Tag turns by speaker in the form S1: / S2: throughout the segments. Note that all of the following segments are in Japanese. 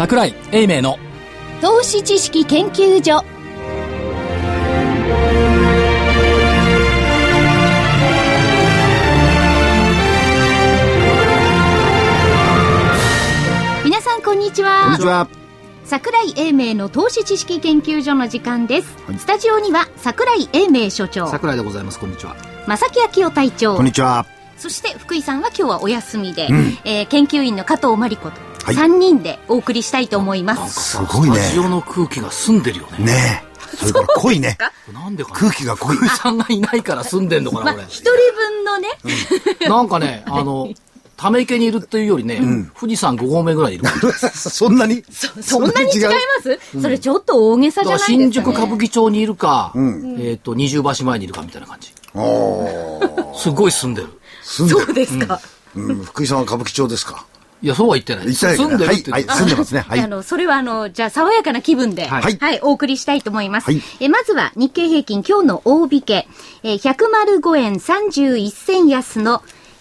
S1: 櫻井英明の
S2: 投資知識研究所。皆さんこんにちは。
S3: こんにちは。
S2: 櫻井英明の投資知識研究所の時間です、はい、スタジオには櫻井英明所長、
S4: 櫻井でございます。こんにちは。
S2: 正木昭夫隊長、
S3: こんにちは。
S2: そして福井さんは今日はお休みで、研究員の加藤真理子と3人でお送りしたいと思います。
S3: すごいね。
S4: スタジオの空気が澄んでるよね。
S3: ねえ。それから濃いね。
S4: なんでかな。
S3: 空気が濃い。
S4: 福井さんがいないから澄んでんのかな、これ。
S2: 一人分のね、
S4: なんかね、ため池にいるっていうよりね、富士山5合目ぐらいいる。
S3: そんなに
S2: そんなに違います、それちょっと大げさじゃないですかね。
S4: 新宿歌舞伎町にいるか、二重橋前にいるかみたいな感じ。すごい住んでる。
S2: そうですか、
S3: 福井さんは歌舞伎町ですか。
S4: いや、そうは言ってない。
S3: 住んでるって言って、住んでますね。はい。
S2: それはじゃあ爽やかな気分で、はい、お送りしたいと思います。まずは日経平均今日の大引け、105円31銭安の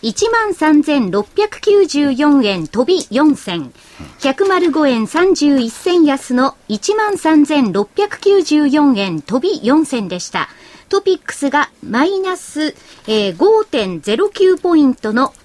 S2: 13,694 円飛び4銭。105円31銭安の 13,694 円飛び4銭でした。トピックスがマイナス、5.09 ポイントの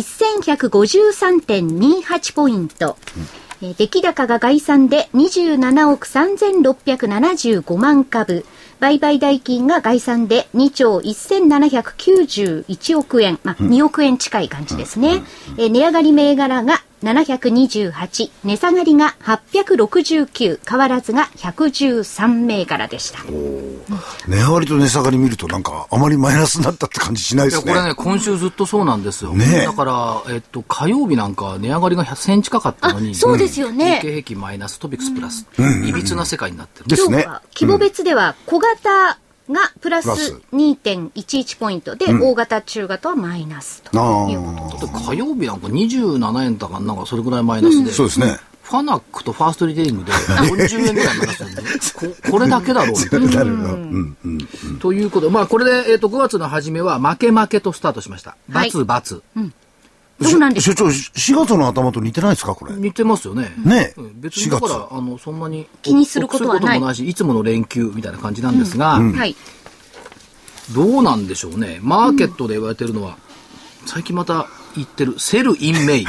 S2: 1153.28 ポイント。出来高が概算で27億3675万株。売買代金が概算で2兆1791億円。2億円近い感じですね。値上がり銘柄が728、値下がりが869、変わらずが113銘柄でした。
S3: 値上がりと値下がり見るとなんかあまりマイナスになったって感じしないですね。
S4: いや、これね、今週ずっとそうなんですよ。ね、だから、火曜日なんか値上がりが100銭近かったのに、
S2: そうですよね。
S4: 日経平均マイナス、トピックスプラス、いびつな世界になってる。
S3: ですね。
S2: 規模別では小型がプラス 2.11 ポイントで、大型中型はマイナスということです。
S4: 火曜日なんか27円とかなんかそれぐらいマイナスで、
S3: そうですね。
S4: ファナックとファーストリテイリングで40円ぐらいマイナスなんでこれだけだろうということで、これで、5月の初めは負け負けとスタートしました。バツバツ。
S2: そうなんです
S3: 所長、4月の頭と似てないですか、これ。
S4: 似てますよね。
S3: ね、
S4: 別にだから、そんなに
S2: 気にすることはない。
S4: いつもの連休みたいな感じなんですが、どうなんでしょうね。マーケットで言われてるのは、最近また言ってる、セルインメイ。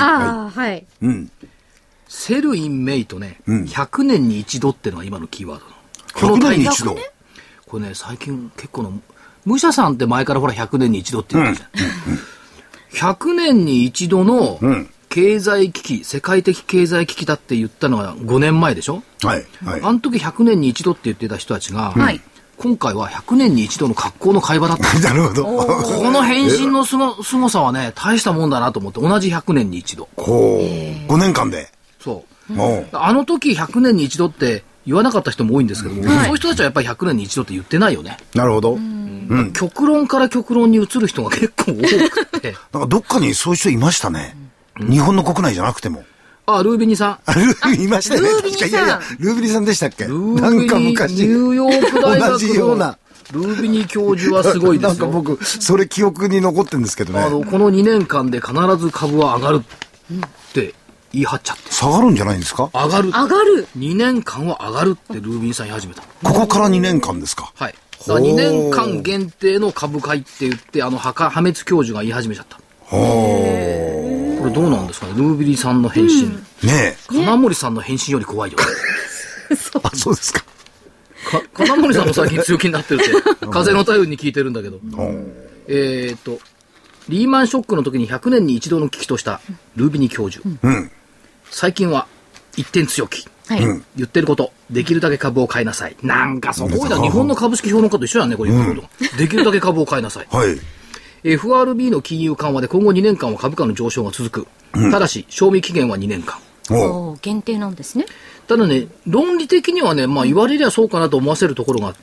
S4: セルインメイとね、100年に一度ってのが今のキーワードの。
S3: 100年に一度。
S4: これね、最近結構の、武者さんって前からほら100年に一度って言ってるじゃん。100年に一度の経済危機、世界的経済危機だって言ったのは5年前でしょ。あの時100年に一度って言ってた人たちが、今回は100年に一度の格好の会話だった。
S3: なるほど。
S4: この変身のすごさはね、大したもんだなと思って、同じ100年に一度。
S3: 5年間で。
S4: そう。あの時100年に一度って言わなかった人も多いんですけども、そういう人たちはやっぱり100年に一度って言ってないよね。
S3: なるほど。
S4: 極論から極論に移る人が結構多くて。
S3: なんかどっかにそういう人いましたね。日本の国内じゃなくても。
S4: ルービニさん。
S3: ルービニいましたね。
S2: ルービニさん。
S3: いやルービニさんでしたっけ。
S4: なんか昔。ニューヨーク大学の
S3: 同じような。
S4: ルービニ教授はすごいですよ。
S3: なんか僕、それ記憶に残ってるんですけどね。
S4: この2年間で必ず株は上がるって言い張っちゃって。
S3: 下がるんじゃないんですか。
S2: 上がる。
S4: 2年間は上がるってルービニさん言い始めた。
S3: ここから2年間ですか。
S4: はい。2年間限定の株買いって言って、破滅教授が言い始めちゃった。これどうなんですかね、ルービリさんの返信。
S3: ねえ。
S4: 金森さんの返信より怖いよね。
S3: そうですか。
S4: 金森さんも最近強気になってるって、風の便りに聞いてるんだけど。リーマンショックの時に100年に一度の危機としたルービニ教授。最近は一点強気。言ってること、できるだけ株を買いなさい。なんかそうだ、日本の株式評論家と一緒やんね、これ言ってること。できるだけ株を買いなさい。FRB の金融緩和で今後2年間は株価の上昇が続く。ただし、賞味期限は2年間。
S2: 限定なんですね。
S4: ただね、論理的にはね、言われりゃそうかなと思わせるところがあって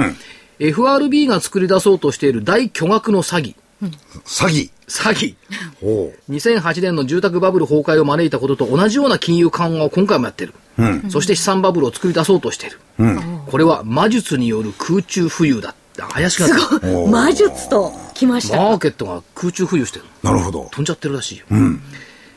S4: 、FRB が作り出そうとしている大巨額の詐欺。
S3: 詐欺。
S4: 2008年の住宅バブル崩壊を招いたことと同じような金融緩和を今回もやっている。そして資産バブルを作り出そうとしている。これは魔術による空中浮遊だ。怪しくなって
S2: すごい。魔術ときました。
S4: マーケットが空中浮遊してる。
S3: なるほど。
S4: 飛んじゃってるらしいよ。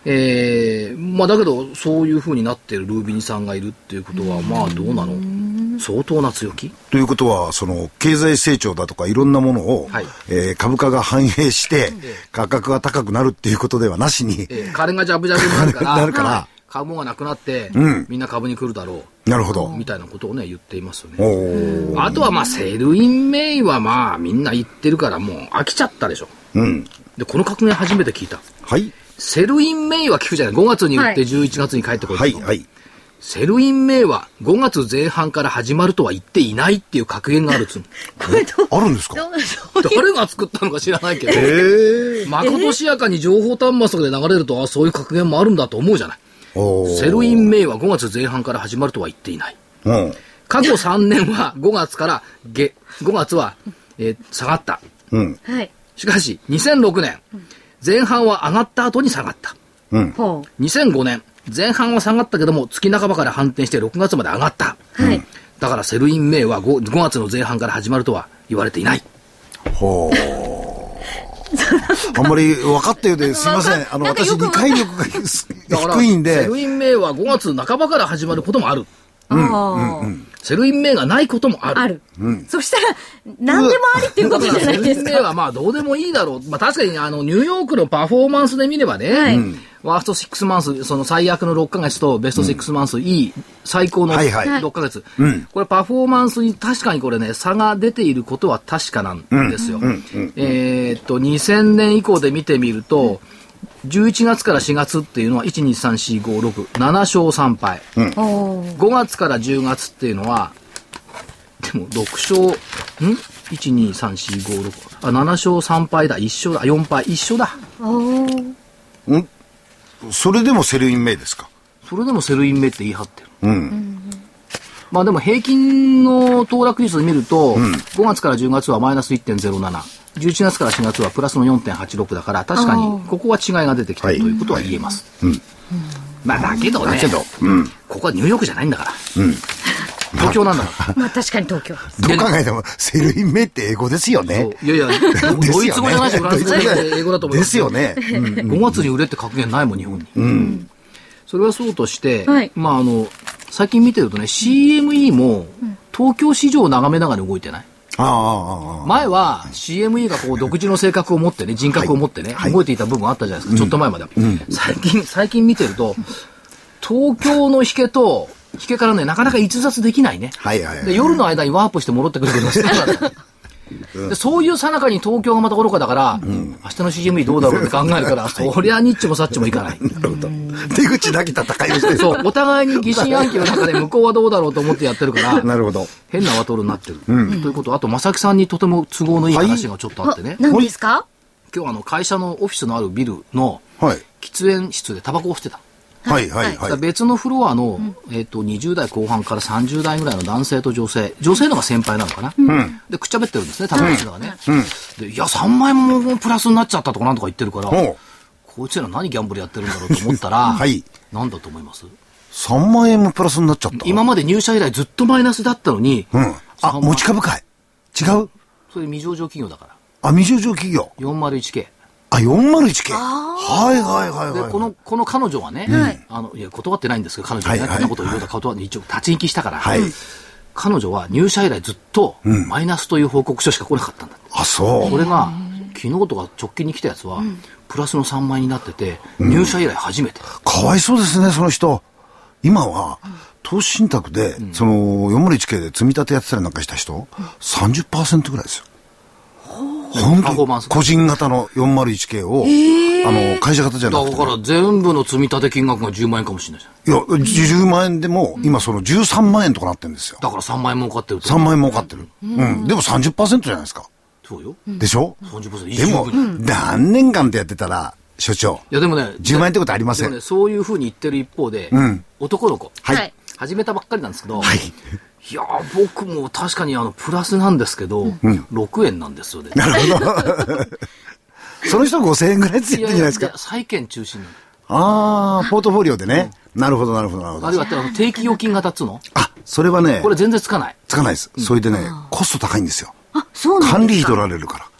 S4: まあだけど、そういう風になっているルービニさんがいるっていうことは、まあどうなの？相当な強気
S3: ということは、その経済成長だとかいろんなものを、はい、株価が反映して価格が高くなるっていうことではなしに、
S4: 金がジャブジャブになるからなるから、株がなくなって、みんな株に来るだろう、
S3: なるほど
S4: みたいなことをね言っていますよね。あとはまあセルインメイはまあみんな言ってるからもう飽きちゃったでしょ。でこの格言初めて聞いた。はい。セルインメイは聞くじゃない。5月に売って11月に帰ってこい。はいはい。セルインメイは5月前半から始まるとは言っていないっていう格言があるっつうの。
S3: これあるんですか？
S4: 誰が作ったのか知らないけど、まことしやかに情報端末で流れると、そういう格言もあるんだと思うじゃない。セルインメイは5月前半から始まるとは言っていない。過去3年は5月から5月は、下がった。しかし2006年、前半は上がった後に下がった。2005年前半は下がったけども月半ばから反転して6月まで上がった。だからセルインメイは 5月の前半から始まるとは言われていない。ほう。
S3: あんまり分かったようですいません。私理解力が低いんで。
S4: セルインメイは5月半ばから始まることもある。セルインメイがないこともある。
S2: そしたら何でもありっていうことじゃないですか。セルインメイは
S4: まあどうでもいいだろう。まあ確かにニューヨークのパフォーマンスで見ればね、ワースト6マンス、その最悪の6ヶ月とベスト6マンス、いい最高の6ヶ月。これパフォーマンスに確かにこれね、差が出ていることは確かなんですよ。2000年以降で見てみると、11月から4月っていうのは 1,2,3,4,5,6,7 勝3敗、5月から10月っていうのはでも6勝1,2,3,4,5,6 7勝3敗だ、1勝だ、4敗1勝だ。
S3: それでもセルインメイですか？
S4: それでもセルインメイって言い張ってる。まあでも平均の騰落率を見ると、5月から10月はマイナス 1.07、11月から4月はプラスの 4.86 だから、確かにここは違いが出てきているということは言えます。まあだけどね、ここはニューヨークじゃないんだから、東京なんだから。
S2: まあ確かに東京。
S3: どう考えてもセルインメイって英語ですよね。
S4: いやいや、ドイツ語じゃないしフランス語で英語だと思います。
S3: ですよね。
S4: 5月に売れって格言ないもん日本に。それはそうとして、まあ最近見てるとね、CME も東京市場を眺めながら動いてない。前は CME がこう独自の性格を持ってね、人格を持ってね、動いていた部分あったじゃないですか、ちょっと前までは。最近見てると、東京の引けと、引けからね、なかなか逸脱できないね。で、夜の間にワープして戻ってくるけど、でそういう最中に東京がまた愚かだから、明日の CME どうだろうって考えるから、そりゃニッチもサッチもいかない。なるほど。
S3: 出口なき戦いをしてる。
S4: そう、お互いに疑心暗鬼の中で向こうはどうだろうと思ってやってるから、
S3: なるほど。
S4: 変なワトルになってる。ということ、あと、正木さんにとても都合のいい話がちょっとあってね。
S2: 何ですか？
S4: 今日会社のオフィスのあるビルの喫煙室でタバコを捨てた。別のフロアの、20代後半から30代ぐらいの男性と女性の方が先輩なのかな、でくっちゃべってるんですね、タバコ吸いがね、でいや3万円もプラスになっちゃったとかなんとか言ってるから、こいつら何ギャンブルやってるんだろうと思ったら、なんだと思います？
S3: 3 万円もプラスになっちゃった。
S4: 今まで入社以来ずっとマイナスだったのに、
S3: 持ち株会違う？
S4: それ未上場企業だから。
S3: 未上場企業
S4: 401K。
S3: 401K。
S4: で、この彼女はね、いや、断ってないんですけど、彼女はね、こんなことを言うと一応立ち聞きしたから、彼女は入社以来ずっとマイナスという報告書しか来なかったんだ。
S3: そう。
S4: これが、昨日とか直近に来たやつは、プラスの3万円になってて、入社以来初めて。
S3: かわいそうですね、その人。今は、投資信託で、その 401K で積み立てやってたりなんかした人、30% ぐらいですよ。本当に個人型の 401K を、会社型じゃなくて、
S4: だから全部の積み立て金額が10万円かもしれないじゃん。
S3: いや、10万円でも、今その13万円とかなってるんですよ。
S4: だから3万円儲かってる。
S3: 3万円儲かってる。でも 30% じゃないですか。
S4: そうよ。
S3: でしょ？
S4: 30%
S3: でも、何年間でやってたら、所長。
S4: いやでもね、
S3: 10万円ってことありません。
S4: でもね、そういうふうに言ってる一方で、男の子。始めたばっかりなんですけど、いや僕も確かにプラスなんですけど、6円なんですよね。
S3: なるほど。その人5000円ぐらいついてるんじゃないですか。
S4: 債券中心
S3: ポートフォリオでね。なるほど。あるい
S4: は定期預金型っつうの？
S3: それはね。
S4: これ全然つかない。
S3: つかないです。それでね、コスト高いんですよ。
S2: そうなんですか。
S3: 管理費取られるから。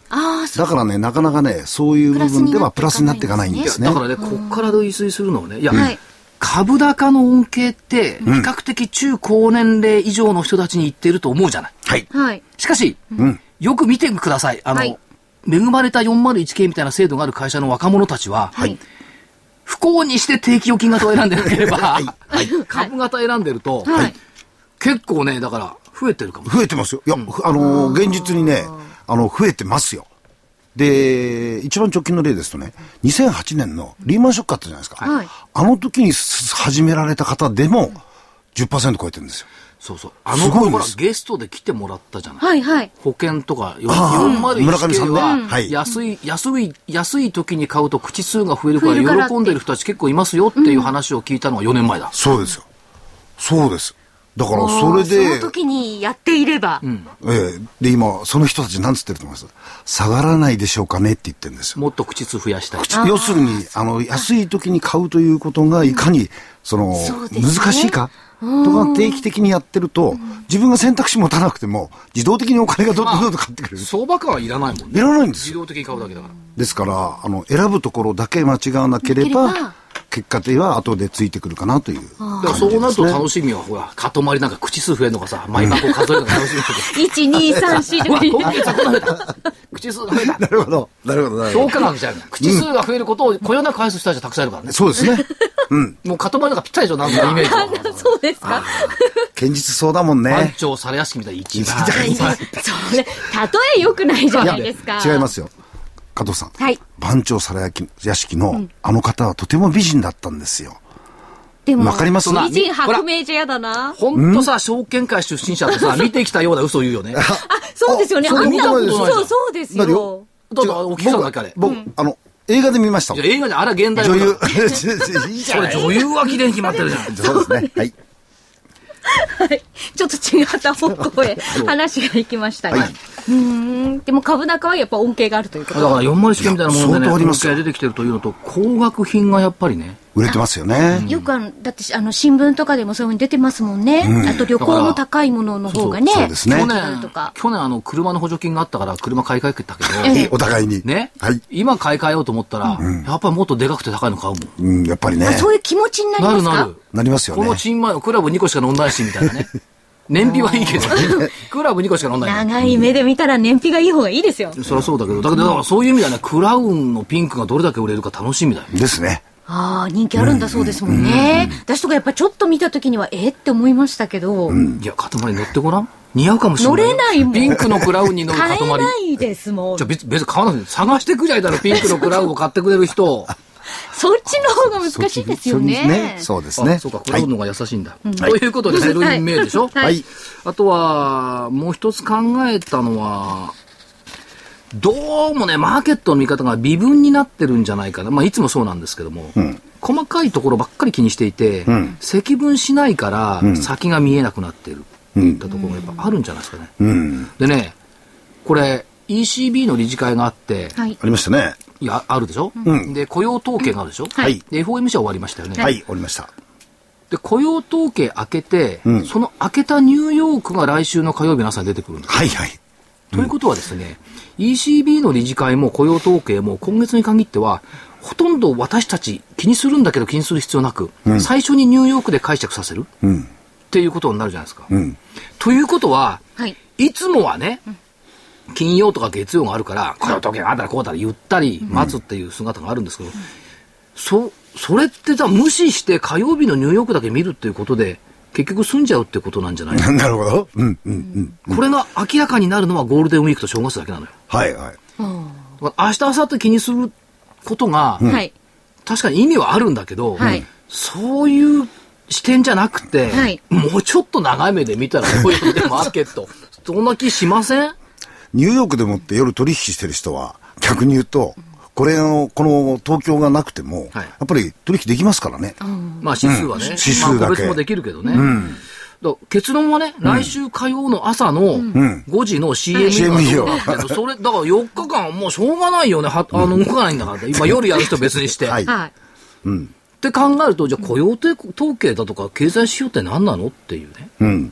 S3: だからね、なかなかね、そういう部分ではプラスになっていかないんですね。
S4: だからね、こっから類推するのはね、いや、株高の恩恵って、比較的中高年齢以上の人たちに言ってると思うじゃない。
S3: はい。
S4: しかし、よく見てください。恵まれた 401K みたいな制度がある会社の若者たちは、不幸にして定期預金型を選んでなければ、株型選んでると、結構ね、だから増えてるかも。
S3: 増えてますよ。いや、現実にね、増えてますよ。で、一番直近の例ですとね、2008年のリーマンショックあったじゃないですか。あの時に始められた方でも 10% 超えてるんですよ。
S4: そうそう。あの頃からゲストで来てもらったじゃない。保険とか、401K は安い時に買うと口数が増えるから喜んでる人たち結構いますよっていう話を聞いたのが4年前だ。
S3: そうですよ。そうです。だからそれで。
S2: その時にやっていれば。
S3: で、今、その人たち何つってると思います？下がらないでしょうかねって言ってるんですよ。
S4: もっと口数増やしたい。
S3: 要するに、安い時に買うということがいかに、難しいかとか定期的にやってると、自分が選択肢持たなくても、自動的にお金がどんどんどん買ってくれる。
S4: 相場感はいらないもんね。
S3: いらないんです。
S4: 自動的に買うだけだから。
S3: ですから、選ぶところだけ間違わなければ、結果的には後でついてくるかなという、
S4: だからそうなると楽しみは、ほら、塊なんか口数増えるのがさ、毎箱数えるのが楽しみだけど。
S2: 1、2、3、4とか言
S4: 今月はこんな増えた。口数が増えた。
S3: なるほど。なるほど。
S4: 評価額じゃん。口数が増えることをこよなく返す人たちはたくさんいるからね。
S3: そうですね。
S4: もう塊なんかぴったりでしょ、なんかイメージ。
S2: そうですか。
S3: 堅実そうだもんね。
S4: 番長皿屋敷みたいな一番。
S2: それ、例え良くないじゃないですか。
S3: 違いますよ。加藤さん。
S2: はい。
S3: 番長皿屋敷のあの方はとても美人だったんですよ。
S2: でも、
S3: わかります？
S2: 美人薄命じゃやだな。
S4: ほんとさ、証券会出身者ってさ、見てきたような嘘を言うよね。
S2: そうですよね。あんな、そうですよ。
S4: だからお聞きしたんだっけあれ。
S3: 僕、映画で見ました。
S4: 映画であれは現代
S3: 女優。
S4: いいじゃん。女優は綺麗に決まってるじゃん。
S3: そうですね。はい。
S2: ちょっと違った方向へ話が行きましたが。でも株高はやっぱ恩恵があるということ
S4: だから401Kみたいなものでね、
S3: 恩
S4: 恵出てきてるというのと、高額品がやっぱりね。
S3: 売れてますよね。
S2: よくだって新聞とかでもそういうふうに出てますもんね。あと旅行も高いものの方がね。
S3: そうですね。
S4: 去年車の補助金があったから車買い替えたけど。
S3: お互いに。
S4: ね。今買い替えようと思ったら、やっぱりもっとでかくて高いの買うもん。
S3: やっぱりね。
S2: そういう気持ちになりますか？
S3: なりますよね。
S4: このチンマイのクラブ2個しか飲んないし、みたいなね。燃費はいいけど、クラブ2個しか飲んない。
S2: 長い目で見たら燃費がいい方がいいですよ。
S4: そりゃそうだけど、だからそういう意味ではね、クラウンのピンクがどれだけ売れるか楽しみだよ。
S3: ですね。
S2: 人気あるんだそうですもんね。私とかやっぱちょっと見たときには、って思いましたけど。
S4: いや、塊乗ってごらん。似合うかもしれない。
S2: 乗れないもん。
S4: ピンクのクラウンに乗る塊。
S2: 買えないですもん。
S4: じゃあ別に買わなくて探してくりゃいだろ、ピンクのクラウンを買ってくれる人。
S2: そっちの方が難しいですよね。
S3: そうですね。
S4: そうか、クラウンの方が優しいんだ。ということで、セルインメイでしょ。
S2: はい。
S4: あとは、もう一つ考えたのは、どうもね、マーケットの見方が微分になってるんじゃないかな。まあ、いつもそうなんですけども、細かいところばっかり気にしていて、積分しないから先が見えなくなってるっていったところがやっぱあるんじゃないですかね。でね、これ、ECB の理事会があって、
S3: ありましたね。
S4: いや、あるでしょ、で、雇用統計があるでしょ、で、FOMC は終わりましたよね。
S3: はい、終わりました。
S4: で、雇用統計明けて、その明けたニューヨークが来週の火曜日の朝に出てくるんです。
S3: はいはい。
S4: ということはですね、ECB の理事会も雇用統計も今月に限っては、ほとんど私たち気にするんだけど気にする必要なく、最初にニューヨークで解釈させる、っていうことになるじゃないですか。ということは、いつもはね、金曜とか月曜があるから、雇用統計があったらこうだら言ったり、待つっていう姿があるんですけど、それってさ、無視して火曜日のニューヨークだけ見るっていうことで、結局済んじゃうってことなんじゃないか。
S3: なるほど。
S4: これが明らかになるのはゴールデンウィークと正月だけなのよ。
S3: はいはい。
S4: 明日、明後日気にすることが、確かに意味はあるんだけど、そういう視点じゃなくて、もうちょっと長い目で見たらこういうマーケット、そんな気しません？
S3: ニューヨークでもって夜取引してる人は、逆に言うと、この東京がなくても、やっぱり取引できますからね。
S4: まあ指数はね、
S3: 指数だけ。
S4: まあ個別もできるけどね。結論はね、来週火曜の朝の5時の CME がどうなってる、それ、だから4日間もうしょうがないよね、動かないんだから、今夜やる人別にして。って考えると、じゃあ雇用統計だとか経済指標って何なのっていうね。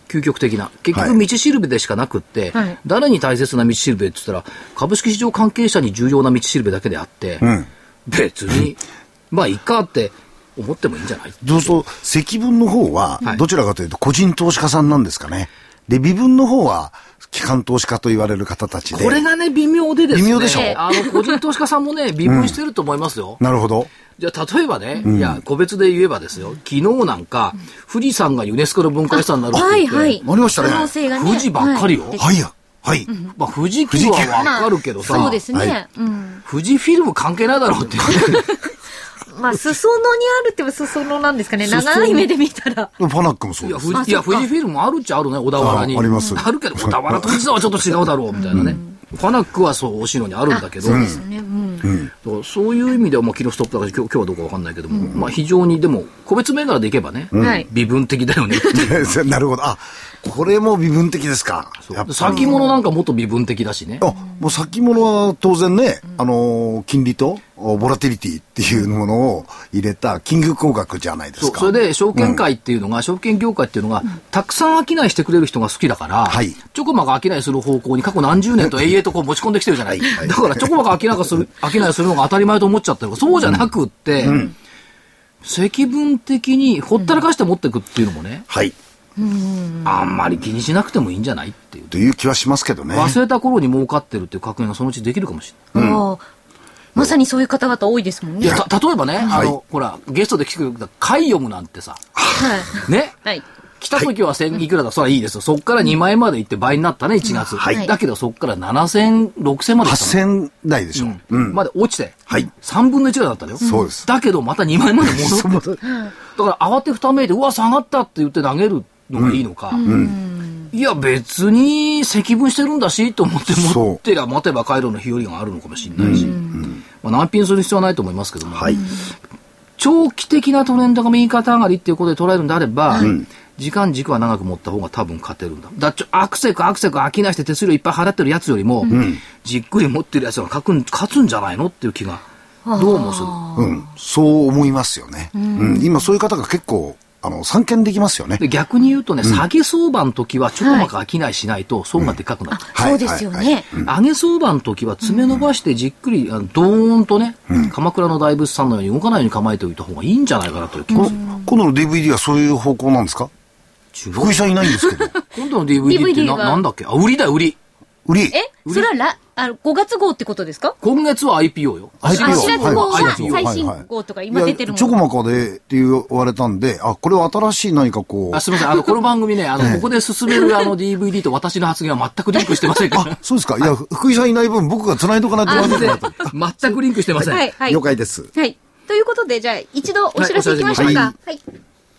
S4: 究極的な。結局道しるべでしかなくって、はい、誰に大切な道しるべって言ったら、株式市場関係者に重要な道しるべだけであって、別に、まあいいかって思ってもいいんじゃない？
S3: そうすると、積分の方は、どちらかというと個人投資家さんなんですかね。で、微分の方は、機関投資家と言われる方たちで。
S4: これがね、微妙でですね。
S3: 微妙でしょ。
S4: 個人投資家さんもね、微分してると思いますよ。
S3: なるほど。
S4: じゃあ、例えばね、いや、個別で言えばですよ、昨日なんか、富士山がユネスコの文化遺産になるって言って。
S3: ありましたね。
S4: 富士ばっかりよ。
S3: はいや。はい。
S4: まあ、富士急はわかるけどさ。
S2: そうですね。
S4: 富士フィルム関係ないだろうって。
S1: まあ、裾野にあるっては裾野なんですかね。長い目で見たら。
S3: ファナックもそうです。
S4: いや、富士フィルムあるっちゃあるね、小田原に。
S3: あります。
S4: あるけど、小田原と富士山はちょっと違うだろう、みたいなね。ファナックはそう、お城にあるんだけど。そうですね。そういう意味では、まあ、キロストップだから今日はどうかわかんないけども、まあ、非常に、でも、個別銘柄でいけばね、微分的だよね。
S3: なるほど。あ、これも微分的ですか。
S4: 先物なんかもっと微分的だしね。
S3: もう先物は当然ね、金利とボラティリティっていうものを入れた金融工学じゃないですか。
S4: それで証券界っていうのが、証券業界っていうのが、たくさん商いしてくれる人が好きだから、ちょこまか商いする方向に過去何十年と永遠とこう持ち込んできてるじゃない。だからちょこまか商いするのが当たり前と思っちゃってるから、そうじゃなくって、積分的にほったらかして持っていくっていうのもね、あんまり気にしなくてもいいんじゃないっていう。
S3: という気はしますけどね。
S4: 忘れた頃に儲かってるっていう確認がそのうちできるかもしれない。
S1: まさにそういう方々多いですもんね。
S4: いや、例えばね、ほら、ゲストで来てくれたカイヨムなんてさ、ね、来た時は1000いくらだ、それはいいですよ。そっから2万円まで行って倍になったね、1月。だけどそっから7000、6000まで来た
S3: の。8000台でしょ。
S4: まで落ちて、3分の1ぐらいだったのよ。
S3: そうです。
S4: だけどまた2万円まで戻って。だから慌てふためいて、うわ、下がったって言って投げるのがいいのか。いや、別に積分してるんだし、と思って持ってりゃ待てば回路の日和があるのかもしれないし。難品する必要はないと思いますけども。長期的なトレンドが右肩上がりっていうことで捉えるんであれば、時間軸は長く持った方が多分勝てるんだ。アクセク商いして手数料いっぱい払ってるやつよりも、じっくり持ってるやつが勝つんじゃないのっていう気が、どうもする。
S3: そう思いますよね。今そういう方が結構、散見できますよね。
S4: で逆に言うとね、下げ相場の時はちょこまか商いしないと損がでかくなる。
S1: そうですよね。
S4: 上げ相場の時は爪伸ばしてじっくり、ドーンとね、鎌倉の大仏さんのように動かないように構えておいた方がいいんじゃないかなという気がする。
S3: 今度の DVD はそういう方向なんですか？福井さんいないんですけど。
S4: 今度の DVD ってなんだっけ？売りだよ、売り。
S1: それは5月号ってことですか？
S4: 今月は IPO よ。
S1: 4月号は最新号とか今出てるもの。
S3: ちょこまかでって言われたんで、これは新しい何かこう。
S4: すみません、この番組ね、ここで進めるDVD と私の発言は全くリンクしてませんから。
S3: そうですか。いや、福井さんいない分僕が繋いどかないとまずいなと。
S4: 全くリンクしてません。
S3: 了解です。
S1: はい。ということで、じゃあ一度お知らせいきましょうか。はい。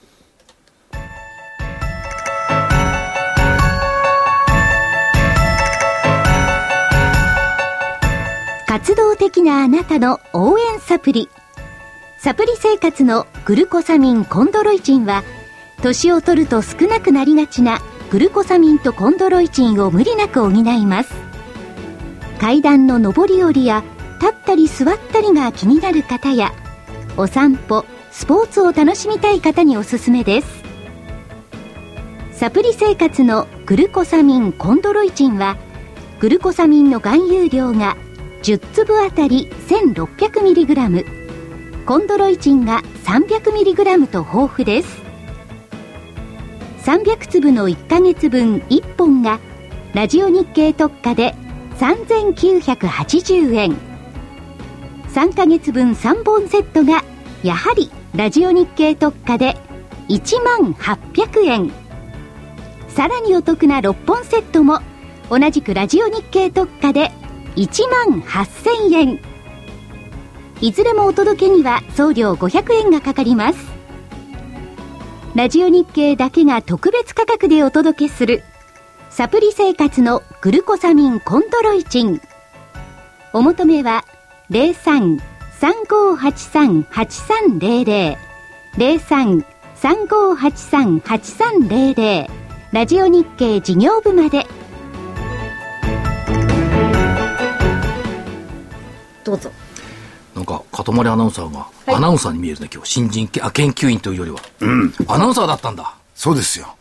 S2: 活動的なあなたの応援サプリ。サプリ生活のグルコサミンコンドロイチンは、年を取ると少なくなりがちなグルコサミンとコンドロイチンを無理なく補います。階段の上り下りや立ったり座ったりが気になる方や、お散歩、スポーツを楽しみたい方におすすめです。サプリ生活のグルコサミンコンドロイチンは、グルコサミンの含有量が10粒あたり 1600mg、 コンドロイチンが 300mg と豊富です。300粒の1ヶ月分1本がラジオ日経特価で3980円、3ヶ月分3本セットがやはりラジオ日経特価で10800円、さらにお得な6本セットも同じくラジオ日経特価で18000円。いずれもお届けには送料500円がかかります。ラジオ日経だけが特別価格でお届けするサプリ生活のグルコサミンコンドロイチン。お求めは 03-3583-8300 03-3583-8300 ラジオ日経事業部まで。
S1: どうぞ。
S4: なんかかとまりアナウンサーが、アナウンサーに見えるね今日。新人研究員というよりは、アナウンサーだったんだ。
S3: そうですよ。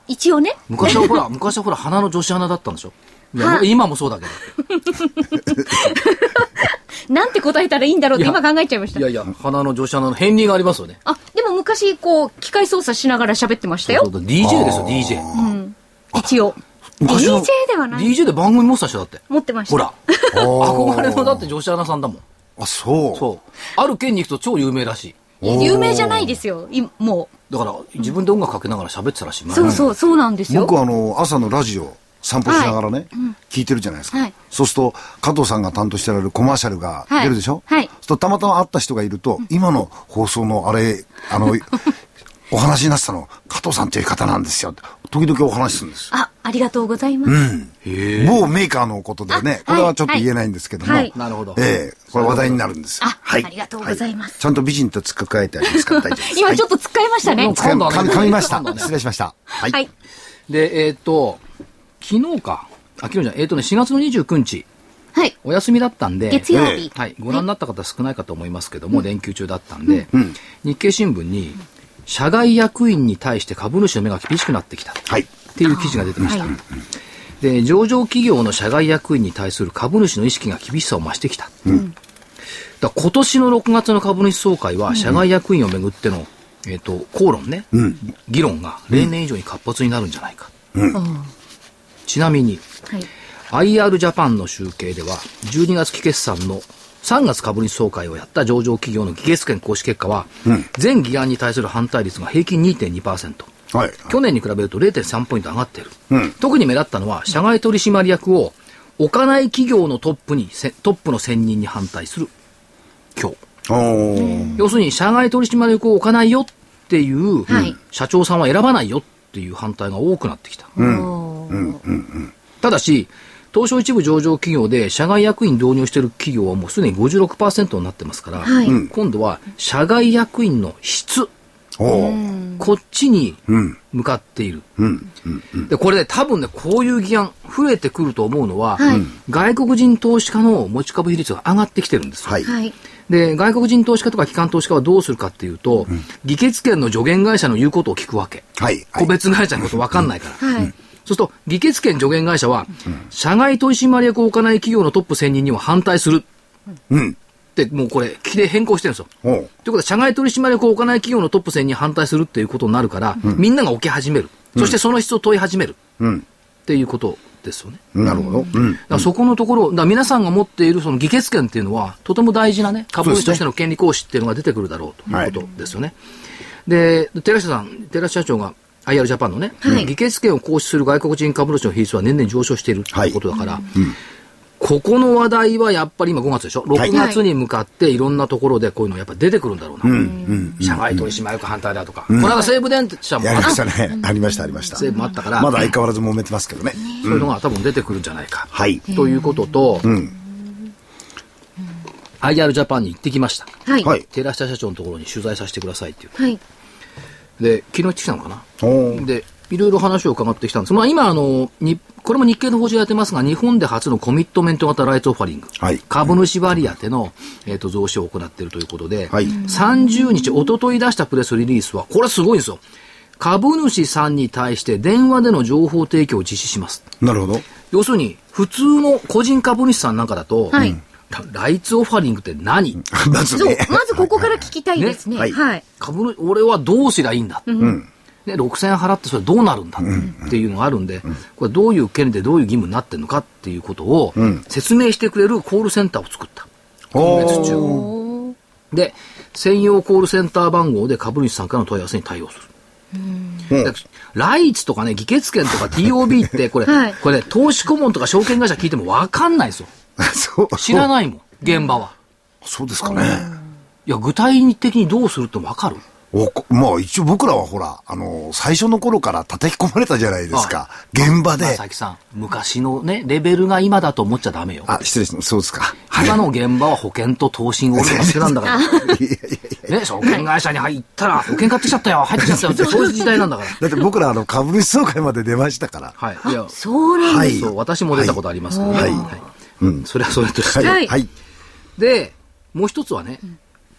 S2: 一応ね。
S4: 昔はほら、花の女子アナだったんでしょ。いや今もそうだけど。
S2: なんて答えたらいいんだろうって今考えちゃいました。
S4: いや、花の女子アナの片鱗がありますよね。
S2: あ、でも昔、こう、機械操作しながら喋ってましたよ。
S4: そうDJ ですよ、DJ。
S2: 一応。DJ ではない。
S4: DJ で番組持ってた人だって。
S2: 持ってました。
S4: ほら。憧れのだって女子アナさんだもん。
S3: あ、そう。
S4: そう。ある県に行くと超有名らし
S2: い。有名じゃないですよ、も
S4: う。だから、自分で音楽かけながら喋ってたらしい。
S2: そうなんですよ。
S3: 僕朝のラジオ、散歩しながらね、聞いてるじゃないですか。そうすると、加藤さんが担当してられるコマーシャルが出るでしょ。そうすると、たまたま会った人がいると、今の放送のあれ、お話になってたの、加藤さんっていう方なんですよ。時々お話しするんです。
S2: ありがとうございます。
S3: 某メーカーのことでね、これはちょっと言えないんですけども。
S4: なるほど。
S3: これ話題になるんです。
S2: ありがとうございます。
S3: ちゃんと美人と付け加えてありますから、大丈夫です。
S2: 今ちょっと突っかえましたね。
S3: 噛みました。失礼しました。はい。
S4: で、昨日か。昨日じゃん。4月の29日。
S2: はい。
S4: お休みだったんで。
S2: 月曜日。
S4: はい。ご覧になった方少ないかと思いますけども、連休中だったんで、日経新聞に、社外役員に対して株主の目が厳しくなってきた。はい。っていう記事が出てました。で、上場企業の社外役員に対する株主の意識が厳しさを増してきた。だ今年の6月の株主総会は、社外役員をめぐっての、口論ね、議論が例年以上に活発になるんじゃないか。ちなみに、IR ジャパンの集計では、12月期決算の3月株主総会をやった上場企業の議決権行使結果は、全議案に対する反対率が平均 2.2%。去年に比べると 0.3 ポイント上がっている。特に目立ったのは、社外取締役を置かない企業のトップの選任に反対する今日。要するに、社外取締役を置かないよっていう、社長さんは選ばないよっていう反対が多くなってきた。ただし、東証一部上場企業で社外役員導入している企業はもうすでに 56% になってますから、今度は社外役員の質、こっちに向かっている。で、これね、多分ね、こういう議案増えてくると思うのは、外国人投資家の持ち株比率が上がってきてるんですよ。で、外国人投資家とか機関投資家はどうするかっていうと、議決権の助言会社の言うことを聞くわけ。個別会社のこと分かんないから。そうすると、議決権助言会社は、社外取締役を置かない企業のトップ選任には反対する。って、もうこれ、規定変更してるんですよ。ということは、社外取締役を置かない企業のトップ選に反対するっていうことになるから、みんなが置き始める。そしてその質を問い始める。っていうことですよね。
S3: なるほど。
S4: だからそこのところ、皆さんが持っているその議決権っていうのは、とても大事なね、株主としての権利行使っていうのが出てくるだろうということですよね。で、寺下社長が、IR ジャパンのね、議決権を行使する外国人株主の比率は年々上昇しているということだから、ここの話題はやっぱり今5月でしょ、6月に向かっていろんなところでこういうのやっぱ出てくるんだろうな。社外取締役反対だとか。この間西武電車も
S3: やりましたね。ありました、ありました。
S4: 西武もあったから。
S3: まだ相変わらず揉めてますけどね。
S4: そういうのが多分出てくるんじゃないか。ということと、IR ジャパンに行ってきました。寺下社長のところに取材させてくださいっていう。で、昨日行ってきたのかな。で、いろいろ話を伺ってきたんです。今、これも日経の報酬やってますが、日本で初のコミットメント型ライツオファリング。株主割当の、増資を行っているということで、30日、おととい出したプレスリリースは、これすごいんですよ。株主さんに対して電話での情報提供を実施します。
S3: なるほど。
S4: 要するに、普通の個人株主さんなんかだと、ライツオファリングって何
S2: まずここから聞きたいですね。
S4: 俺はどうすりゃいいんだ。で、6000円払ってそれどうなるんだっていうのがあるんで、これどういう権利でどういう義務になってるのかっていうことを説明してくれるコールセンターを作った。今月中。で、専用コールセンター番号で株主さんからの問い合わせに対応する。ライツとかね、議決権とか TOB ってこれね、投資顧問とか証券会社聞いても分かんないですよ。知らないもん、現場は。
S3: そうですかね。
S4: いや、具体的にどうするって分かる？
S3: まあ一応僕らはほら、最初の頃から叩き込まれたじゃないですか。現場で。
S4: 佐々木さん、昔のね、レベルが今だと思っちゃダメよ。
S3: 失礼します。そうですか。
S4: 今の現場は保険と投信を俺が好きなんだから。ね、証券会社に行ったら保険買ってきちゃったよ、入ってきちゃったよって、そういう時代なんだから。
S3: だって僕ら株主総会まで出ましたから。
S4: いや、
S2: そうなんです。
S4: 私も出たことありますけどね。それはそれとして。で、もう一つはね、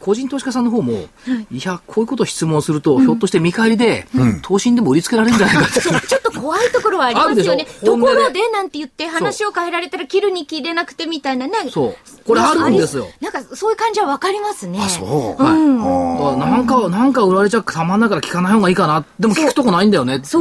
S4: 個人投資家さんの方も、いや、こういうことを質問すると、ひょっとして見返りで、投信でも売りつけられるんじゃないかって。
S2: ちょっと怖いところはありますよね。ところでなんて言って話を変えられたら切るに切れなくてみたいなね。
S4: そう。これあるんですよ。
S2: なんかそういう感じはわかりますね。
S3: あ、そう。
S4: はい。なんか売られちゃたまんないから聞かない方がいいかな。でも聞くとこないんだよね。
S2: そう。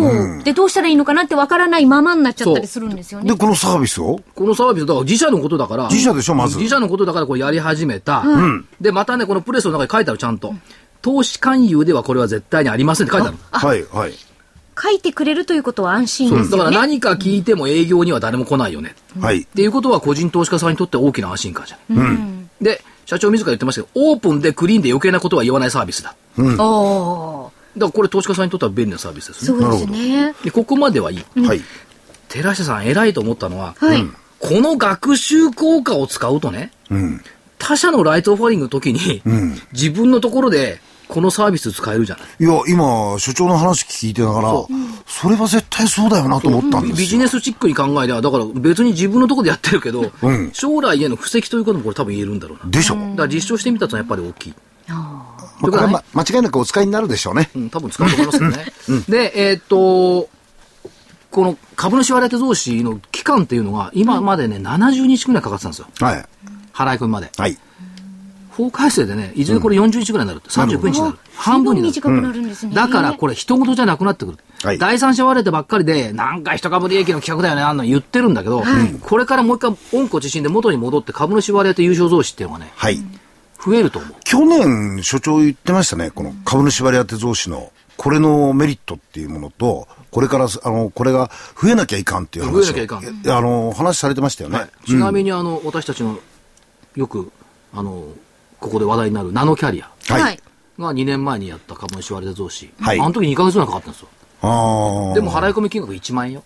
S2: で、どうしたらいいのかなってわからないままになっちゃったりするんですよね。
S3: で、このサービスを
S4: このサービス、だから自社のことだから。
S3: 自社でしょ、まず。
S4: 自社のことだからこれやり始めた。で、またね、このプレスの中に書いてある、ちゃんと。投資勧誘ではこれは絶対にありませんって書いてある。
S3: はいはい。
S2: 書いてくれるということは安心ですよね。
S4: だから何か聞いても営業には誰も来ないよね。
S3: はい。
S4: っていうことは個人投資家さんにとって大きな安心感じゃない。で、社長自ら言ってましたけど、オープンでクリーンで余計なことは言わないサービスだ。だからこれ投資家さんにとっては便利なサービスですね。
S2: そうですね。
S4: で、ここまではいい。
S3: はい。
S4: 寺下さん偉いと思ったのは、
S2: こ
S4: の学習効果を使うとね、他社のライトオファリングの時に、自分のところでこのサービス使えるじゃない。
S3: いや、今、所長の話聞いてながら、それは絶対そうだよなと思ったんですよ。
S4: ビジネスチックに考えりゃ、だから別に自分のところでやってるけど、将来への布石ということもこれ多分言えるんだろうな。
S3: でしょ。
S4: だから実証してみたとやっぱり大きい。
S3: これは間違いなくお使いになるでしょうね。
S4: 多分使うと思いますよね。で、この株主割当増資の期間っていうのが、今までね、70日ぐらいかかってたんですよ。
S3: はい。
S4: 払い込みまで。
S3: はい。
S4: 法改正でね、いずれこれ40日ぐらいになるって、39日になる。半分になる。
S2: 短くなるんですね。
S4: だからこれ人事じゃなくなってくる。第三者割れてばっかりで、なんか一株利益の企画だよね、あんの言ってるんだけど、これからもう一回温故知新で元に戻って株主割当優勝増資っていうのがね、増えると思う。
S3: 去年、所長言ってましたね、この株主割当増資の、これのメリットっていうものと、これから、これが増えなきゃいかんっていう話を。
S4: 増えなきゃいかん。
S3: 話されてましたよね。
S4: ちなみに、私たちの、よく、ここで話題になるナノキャリア。
S3: はい。
S4: が2年前にやった株主割当増資。
S3: はい。
S4: あの時2ヶ月ぐらいかかったんですよ。
S3: で
S4: も払い込み金額1万円よ。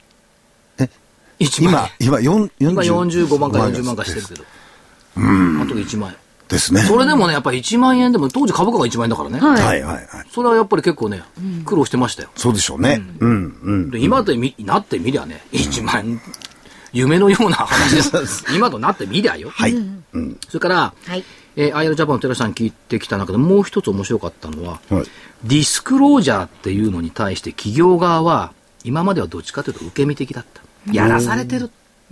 S3: 1万円。今
S4: 45万か40万かしてるけど。あの時1万円。
S3: ですね。
S4: それでもね、やっぱり1万円でも、当時株価が1万円だからね。
S3: はいはいはい。
S4: それはやっぱり結構ね、苦労してましたよ。
S3: そうでしょうね。
S4: で今となってみりゃね、1万円、夢のような話です。今となってみりゃよ。
S3: はい。
S4: それから、IR ジャパンの寺さん聞いてきた中でもう一つ面白かったのは、ディスクロージャーっていうのに対して企業側は、今まではどっちかというと受け身的だった。やらされてる。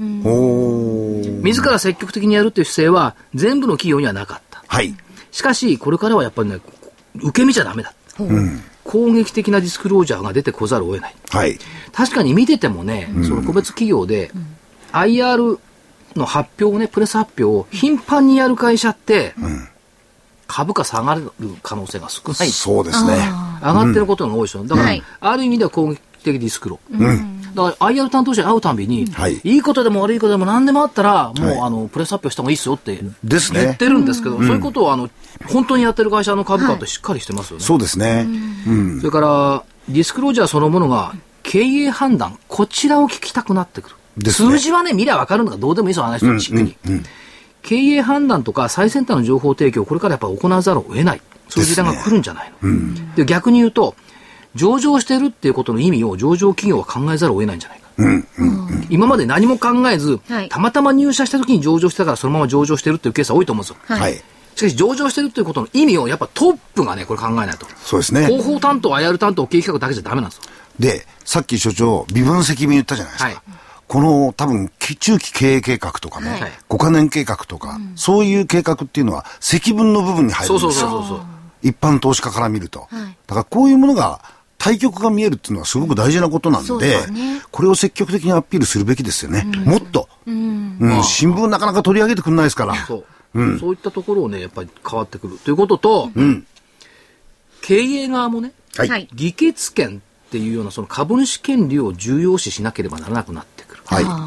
S4: 自ら積極的にやるっていう姿勢は全部の企業にはなかった。
S3: はい。
S4: しかし、これからはやっぱりね、受け身じゃダメだ。攻撃的なディスクロージャーが出てこざるを得ない。
S3: はい。
S4: 確かに見ててもね、その個別企業で、IR の発表をね、プレス発表を頻繁にやる会社って、株価下がる可能性が少ない。
S3: そうですね。
S4: 上がってることが多いですよ。だから、ある意味では攻撃的ディスクロ。だから IR 担当者に会うたんびに、いいことでも悪いことでも何でもあったら、もうプレス発表した方がいいですよって言ってるんですけど、そういうことを本当にやってる会社の株価ってしっかりしてますよね。
S3: そうですね。
S4: それからディスクロージャーそのものが経営判断、こちらを聞きたくなってくる。数字はね、見りゃ分かるのがどうでもいいですよ、話としっくり。経営判断とか最先端の情報提供をこれからやっぱ行わざるを得ない。そういう時代が来るんじゃないの。で逆に言うと、上場してるっていうことの意味を上場企業は考えざるを得ないんじゃないか。今まで何も考えず、たまたま入社した時に上場してたからそのまま上場してるっていうケースは多いと思うんですよ。しかし上場してるっていうことの意味をやっぱトップがね、これ考えないと。
S3: そうですね。
S4: 広報担当、IR 担当、経営企画だけじゃダメなんですよ。
S3: で、さっき所長、微分積み言ったじゃないですか。この多分、中期経営計画とかね、5カ年計画とか、そういう計画っていうのは積分の部分に入るんですよ。一般投資家から見ると。だからこういうものが、対局が見えるっていうのはすごく大事なことなんで、これを積極的にアピールするべきですよね。もっと。新聞なかなか取り上げてくれないですから。
S4: そういったところをね、やっぱり変わってくるということと、経営側もね、議決権っていうようなその株主権利を重要視しなければならなくなってくる。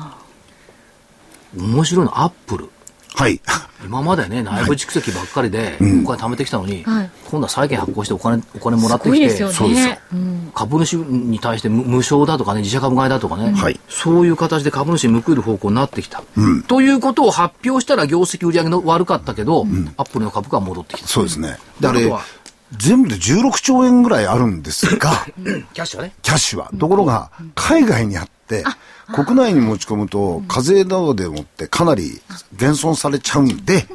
S4: 面白いの、アップル。今までね、内部蓄積ばっかりで、お金貯めてきたのに、今度は債券発行してお金もらってきて、
S2: そうですよ。
S4: 株主に対して無償だとかね、自社株買いだとかね、そういう形で株主に報いる方向になってきた。ということを発表したら業績売上の悪かったけど、アップルの株価が戻ってきた。
S3: そうですね。だから全部で16兆円ぐらいあるんですが、
S4: キャッシュはね。
S3: キャッシュは。ところが、海外にあって、国内に持ち込むと、課税などでもってかなり減損されちゃうんで、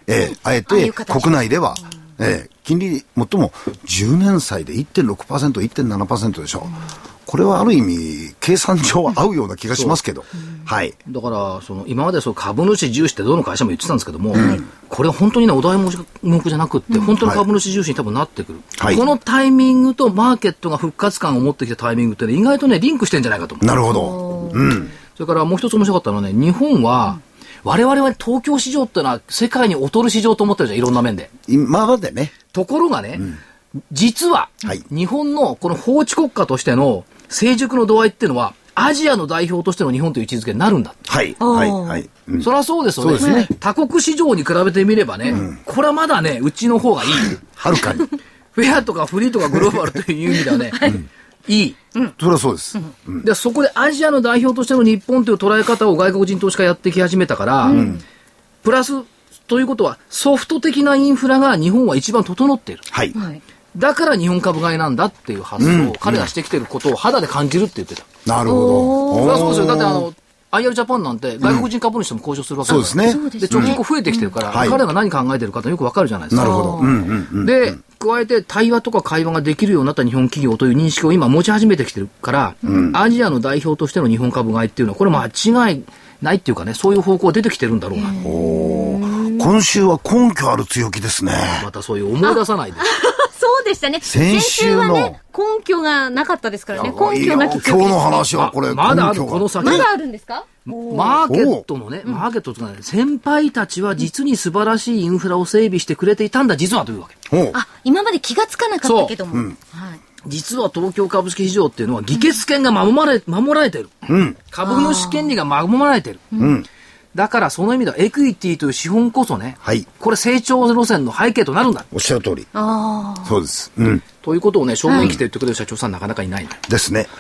S3: あえて国内では、金利、もっとも10年債で 1.6%、1.7% でしょ。これはある意味、計算上は合うような気がしますけど。はい。
S4: だから、今まで株主重視ってどの会社も言ってたんですけども、これは本当にね、お題目じゃなくって、本当の株主重視に多分なってくる。はい、このタイミングとマーケットが復活感を持ってきたタイミングってね、意外とね、リンクしてんじゃないかと思う。
S3: なるほど。
S4: それからもう一つ面白かったのはね、日本は、我々は東京市場ってのは世界に劣る市場と思ってるじゃん、いろんな面で。
S3: 今までね。
S4: ところがね、実は、日本のこの法治国家としての成熟の度合いっていうのは、アジアの代表としての日本という位置づけになるんだ。
S3: はい。はい。
S4: そりゃそうですよね。そうですね。他国市場に比べてみればね、これはまだね、うちの方がいい。
S3: はるかに。
S4: フェアとかフリーとかグローバルという意味ではね、いい。
S3: それはそうです。
S4: で、そこでアジアの代表としての日本という捉え方を外国人投資家やってき始めたから、プラスということはソフト的なインフラが日本は一番整っている。
S3: はい。
S4: だから日本株買いなんだっていう発想を彼らしてきてることを肌で感じるって言ってた。
S3: なるほど。
S4: それはそうですよ。だってIR ジャパンなんて外国人株主とも交渉するわけだから、
S3: そうですね。
S4: で、貯金増えてきてるから、彼が何考えてるかってよくわかるじゃないですか。
S3: なるほど。
S4: で、加えて対話とか会話ができるようになった日本企業という認識を今持ち始めてきてるから、アジアの代表としての日本株買いっていうのは、これ間違いないっていうかね、そういう方向出てきてるんだろうな。
S3: 今週は根拠ある強気ですね。
S4: またそういう思い出さないで。
S1: そうでしたね。先週はね、根拠がなかったですからね。根拠なき
S3: 今日の話はこれ、
S4: まだある、この先。
S1: まだあるんですか？
S4: マーケットのね、マーケットとかね、先輩たちは実に素晴らしいインフラを整備してくれていたんだ、実はというわけ。
S1: 今まで気がつかなかったけども。
S4: 実は東京株式市場っていうのは議決権が守られてる。株主権利が守られてる。だからその意味ではエクイティという資本こそね、これ成長路線の背景となるんだ。
S3: おっしゃる通り。そうです。
S4: ということをね、正面来て言ってくれる社長さんなかなかいないんだ。
S3: ですね。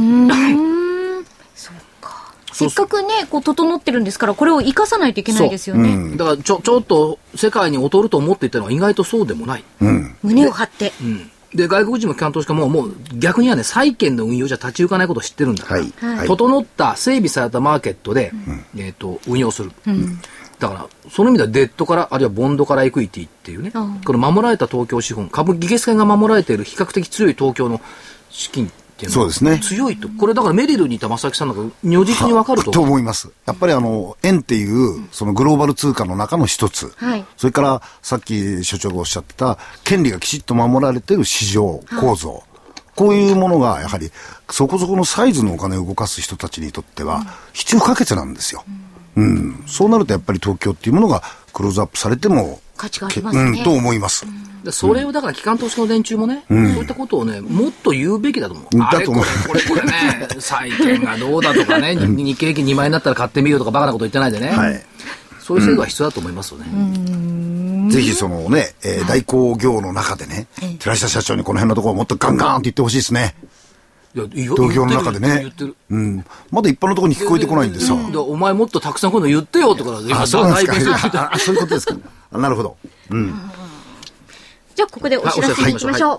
S1: そうか。せっかくね、整ってるんですから、これを生かさないといけないですよね。
S4: だからちょっと世界に劣ると思っていたのは意外とそうでもない。
S1: 胸を張って。
S4: で、外国人も機関投資家ももう逆にはね、債券の運用じゃ立ち行かないことを知ってるんだから、整った整備されたマーケットで、運用する。だから、その意味ではデッドから、あるいはボンドからエクイティっていうね、この守られた東京資本、議決権が守られている比較的強い東京の資金っていうのは強いと。これだからメリルにいた正木さんなんか如実に分かる
S3: と思います。やっぱり円っていうそのグローバル通貨の中の一つ、それからさっき所長がおっしゃってた権利がきちっと守られている市場構造、こういうものがやはりそこそこのサイズのお金を動かす人たちにとっては必要不可欠なんですよ。そうなるとやっぱり東京っていうものがクローズアップされても
S1: 価値がありますね。
S3: と思います。
S4: それをだから機関投資家の連中もね、そういったことをね、もっと言うべきだと思う。あれこれね、債券がどうだとかね、日経平均2万円になったら買ってみようとかバカなこと言ってないでね。そういう制度は必要だと思いますよね。
S3: ぜひそのね、代行業の中でね、寺下社長にこの辺のところをもっとガンガンって言ってほしいですね。東京の中でね。まだ一般のところに聞こえてこないんでさ。
S4: お前もっとたくさん今度言ってよとか。
S3: そうなんですか。そういうことですか。なるほど。
S1: じゃあここでお知らせに行きましょう。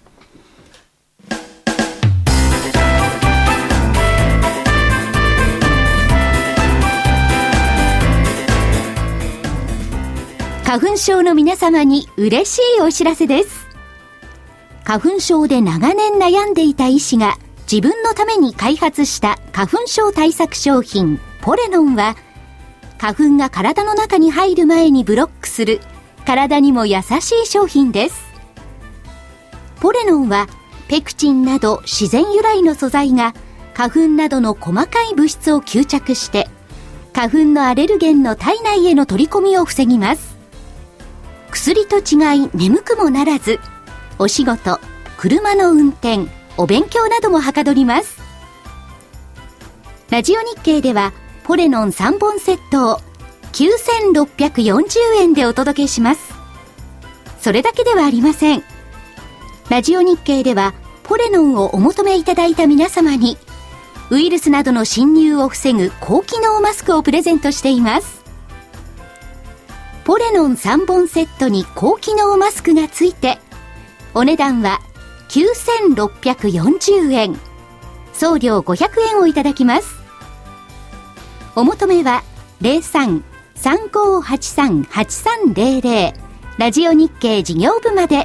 S2: 花粉症の皆様に嬉しいお知らせです。花粉症で長年悩んでいた医師が自分のために開発した花粉症対策商品ポレノンは、花粉が体の中に入る前にブロックする体にも優しい商品です。ポレノンはペクチンなど自然由来の素材が花粉などの細かい物質を吸着して花粉のアレルゲンの体内への取り込みを防ぎます。薬と違い眠くもならず、お仕事、車の運転、お勉強などもはかどります。ラジオ日経ではポレノン3本セットを9640円でお届けします。それだけではありません。ラジオ日経ではポレノンをお求めいただいた皆様にウイルスなどの侵入を防ぐ高機能マスクをプレゼントしています。ポレノン3本セットに高機能マスクがついてお値段は9640円、送料500円をいただきます。お求めは 3583-8300 ラジオ日経事業部まで。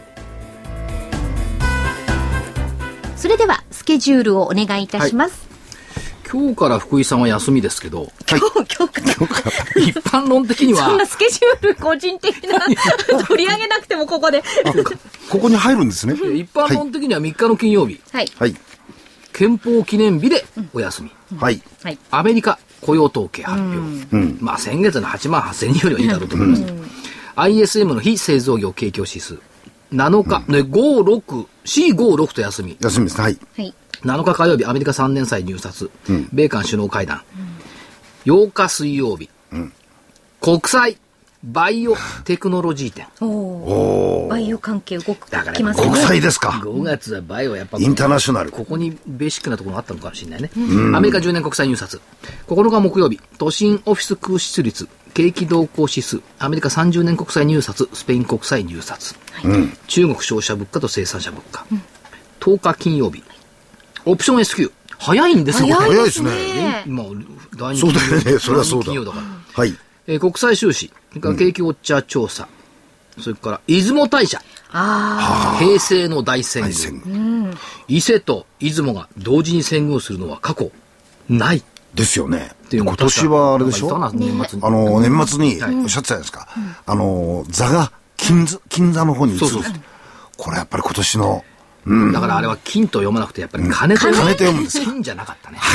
S2: それではスケジュールをお願いいたします。
S4: 今日から福井さんは休みですけど、
S1: 今日から
S4: 一般論的には
S1: そんなスケジュール個人的な取り上げなくてもここで
S3: ここに入るんですね。
S4: 一般論的には3日の金曜日、
S1: はい
S3: はい。
S4: 憲法記念日でお休み、
S3: はい。
S1: はい
S4: アメリカ雇用統計発表、まあ先月の8万8000人よりはいいだろうと思います、ISM の非製造業景況指数7日、ね、456と休み
S3: 休みですね。はい。
S1: はい
S4: 7日火曜日アメリカ3年債入札、米韓首脳会談、8日水曜日、国際バイオテクノロジー展。
S1: バイオ関係動く
S4: だから
S1: きますね。
S3: 国際ですか。
S4: 5月はバイオはやっぱ
S3: インターナショナル。
S4: ここにベーシックなところがあったのかもしれないね、アメリカ10年国債入札9日木曜日都心オフィス空室率景気動向指数アメリカ30年国債入札スペイン国債入札、中国消費者物価と生産者物価、10日金曜日オプション S q 早いんですよ。
S3: 早いですね。
S4: 今第2
S3: そうだよね。それはそうだ。
S4: 金曜だから、
S3: はい。
S4: 国際収支それから景気ウォッチャー調査、それから出雲大社平成の大戦軍、伊勢と出雲が同時に戦軍をするのは過去ない
S3: ですよね。
S4: っていうの
S3: 今年はあれでしょ、
S4: 年末に
S3: 年末におっしゃってたじゃないですか。座が金座の方に移る。
S4: そう
S3: これやっぱり今年の、
S4: だからあれは金と読まなくてやっぱり金と
S3: 読むんですか。
S4: 金じゃなかったね。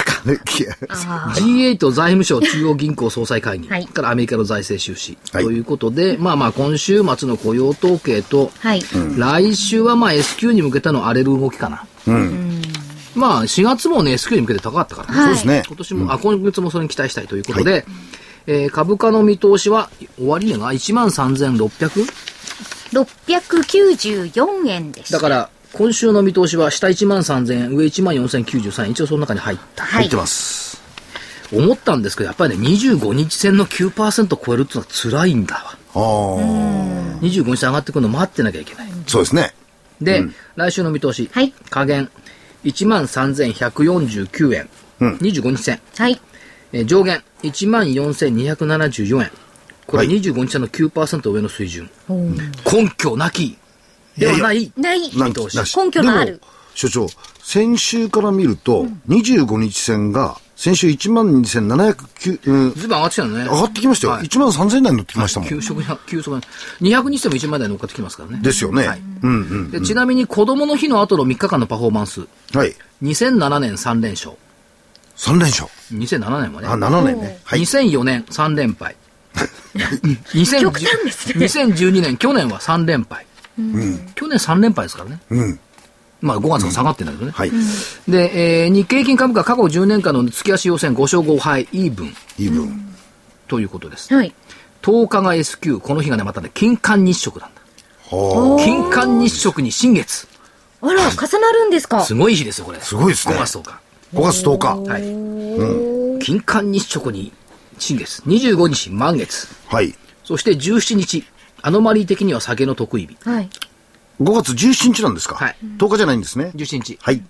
S4: G8 財務省中央銀行総裁会議、
S1: はい
S4: からアメリカの財政収支、
S3: はい
S4: ということで、まあ今週末の雇用統計と、
S1: はい
S4: 来週はS q に向けての荒れる動きかな。まあ4月もね S q に向けて高かったからね。
S3: そうですね。
S4: 今年も、今月もそれに期待したいということで、株価の見通しは終値が 13,600
S2: 694円でした。
S4: だから今週の見通しは下13,000円上14,093円、一応その中に入った、
S3: 入ってます。
S4: 思ったんですけどやっぱりね25日線の 9% 超えるっていうのは辛いんだわ。25日線上がってくるの待ってなきゃいけない。
S3: そうですね。
S4: で、来週の見通し、
S1: はい
S4: 下限 13,149 円、25日線、
S1: はい
S4: 上限 14,274 円、これ25日線の 9% 上の水準、根拠なきではない
S1: ない
S4: 見通し。
S1: 根拠のある。
S3: でも所長、先週から見ると、25日線が先週12,709、
S4: ずいぶん上がってきたのね。
S3: 上がってきましたよ。
S4: はい
S3: 13,000台に乗ってきましたもん。
S4: 急速に200日線も1万台乗っかってきますからね。
S3: ですよね。
S4: はいでちなみに子供の日の後の3日間のパフォーマンス、
S3: はい。
S4: 2007年3連勝、
S3: 3連勝。
S4: 2007年はね、
S3: あ、7年ね。はい。
S4: 2004年3連敗
S1: 極端ですね
S4: 2012年去年は3連敗、去年3連敗ですからね。まあ5月が下がってんだけどね。
S3: はい。
S4: で、日経平均株価過去10年間の月足要線5勝5敗イーブン
S3: いい分。
S4: ということです。
S1: はい
S4: 10日が S q この日がねまたね金環日食なんだ。
S3: は
S4: 金環日食に新月、
S1: あら重なるんですか。
S4: すごい日ですよこれ。
S3: すごいですね
S4: 5月10日。
S3: あ。5月10日。
S4: はい。金環日食に新月、25日満月、
S3: はい。
S4: そして17日アノマリー的には酒の得意日、
S1: はい
S3: 5月17日なんですか。
S4: はい
S3: 10日じゃないんですね。
S4: 17日、
S3: はい。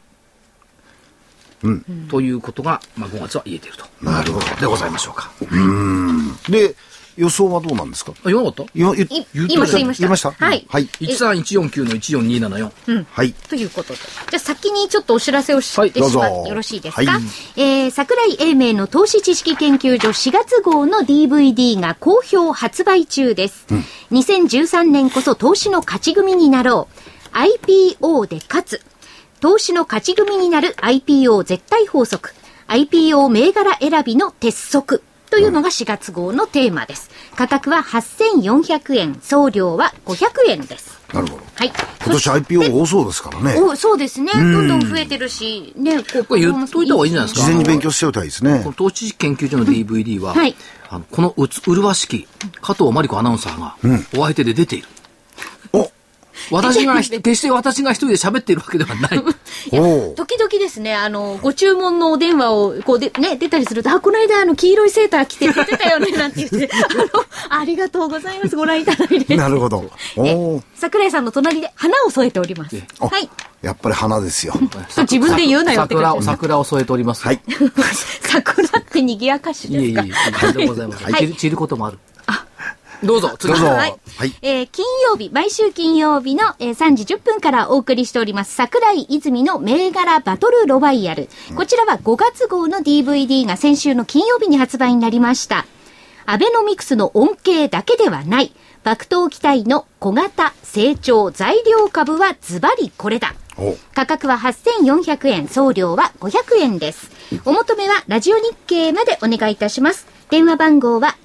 S4: ということが、5月は言えていると。
S3: なるほど。
S4: でございましょうか。
S3: で、予想はどうなんですか。
S4: 言わなかった
S3: 言
S1: 言いました
S3: 言いました。
S1: はい
S3: はい。
S4: 13149の14274。
S3: はい。
S1: ということで。じゃあ先にちょっとお知らせをしてしま
S3: どうぞ
S1: ってよろしいですか。
S3: はい
S1: 桜井英明の投資知識研究所4月号の DVD が好評発売中です。2013年こそ投資の勝ち組になろう。IPO で勝つ。投資の勝ち組になる IPO 絶対法則。IPO 銘柄選びの鉄則。というのが4月号のテーマです。価格は8400円。送料は500円です。
S3: なるほど。
S1: はい。
S3: 今年 IPO 多そうですからね。
S1: そうですね。どんどん増えてるし、ね、
S4: これ言っといた方がいいんじゃないですか。
S3: 事前に勉強しておいたらいいですね
S4: こ。の投資研究所の DVD は、
S1: はい
S4: この麗しき加藤真理子アナウンサーがお相手で出ている。
S3: お
S4: 決して私が一人で喋っているわけではない。
S3: お
S1: 時々ですね、ご注文のお電話を、出たりすると、この間、黄色いセーター着て出てたよね、なんて言って、ありがとうございます、ご覧いただいて。
S3: なるほど。
S1: 桜井さんの隣で花を添えております。はい。
S3: やっぱり花ですよ。
S2: 自分で言うなよって感じ。
S4: 桜を添えております。
S3: はい。
S2: 桜って賑やかしですか。
S4: いえ、でございます。散ることもある。どうぞ、
S3: どうぞ。
S2: はい。金曜日、毎週金曜日の、3時10分からお送りしております、桜井泉の銘柄バトルロワイヤル。こちらは5月号の DVD が先週の金曜日に発売になりました。アベノミクスの恩恵だけではない、爆投期待の小型成長材料株はズバリこれだ。価格は8400円、送料は500円です。お求めはラジオ日経までお願いいたします。電話番号は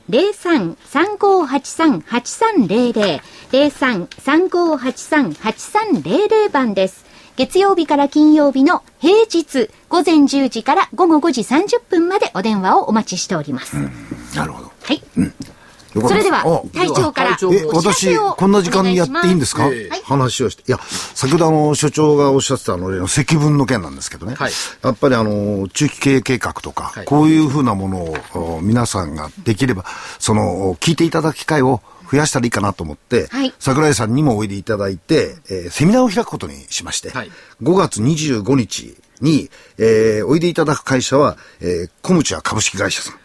S2: 03-3583-8300 03-3583-8300 番です。月曜日から金曜日の平日午前10時から午後5時30分までお電話をお待ちしております。
S3: なるほど。
S2: はい。それでは隊長から
S3: 私こんな時間にやっていいんですか、話をして。いや、先ほど所長がおっしゃってた例の積分の件なんですけどね、やっぱり中期経営計画とか、こういうふうなものを皆さんができれば聞いていただく機会を増やしたらいいかなと思って、桜井さんにもおいでいただいて、セミナーを開くことにしまして、5月25日に、おいでいただく会社は、コムチュア株式会社さん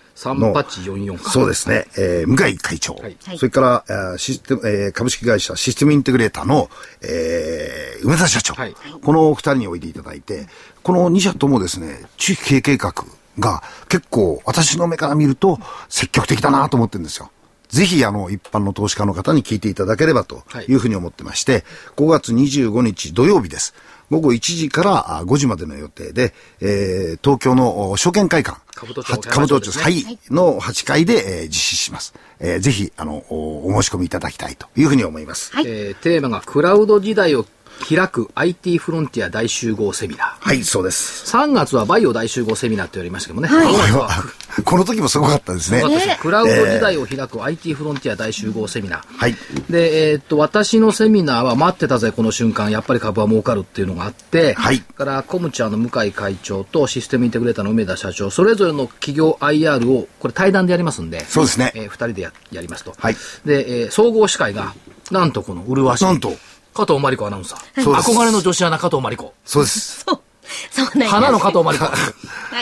S4: 3844か。
S3: そうですね。向井会長。それから、株式会社システムインテグレーターの、梅田社長。このお二人においでいただいて、この2社ともですね、中期経営計画が結構私の目から見ると積極的だなと思ってるんですよ。ぜひ一般の投資家の方に聞いていただければというふうに思ってまして、5月25日土曜日です。午後1時から5時までの予定で、東京の証券会館、兜町の8階で、実施します。ぜひ、お申し込みいただきたいというふうに思います。
S4: テーマがクラウド時代を開く IT フロンティア大集合セミナー。
S3: はい、そうです。
S4: 3月はバイオ大集合セミナーって言われましたけどもね。
S3: この時もすごかったですね。
S4: クラウド時代を開く IT フロンティア大集合セミナー。で、私のセミナーは待ってたぜこの瞬間、やっぱり株は儲かるっていうのがあって、からコムチュアの向井会長とシステムインテグレーターの梅田社長、それぞれの企業 IR をこれ対談でやりますんで、
S3: そうですね。
S4: 2人で やりますと。で、総合司会がなんとこの麗しい。
S3: なんと
S4: 加藤真理子アナウンサー。憧れの女子アナ加藤真理子。
S3: そうです。
S2: そうなんです。
S4: 花の加藤真理子。
S2: はい、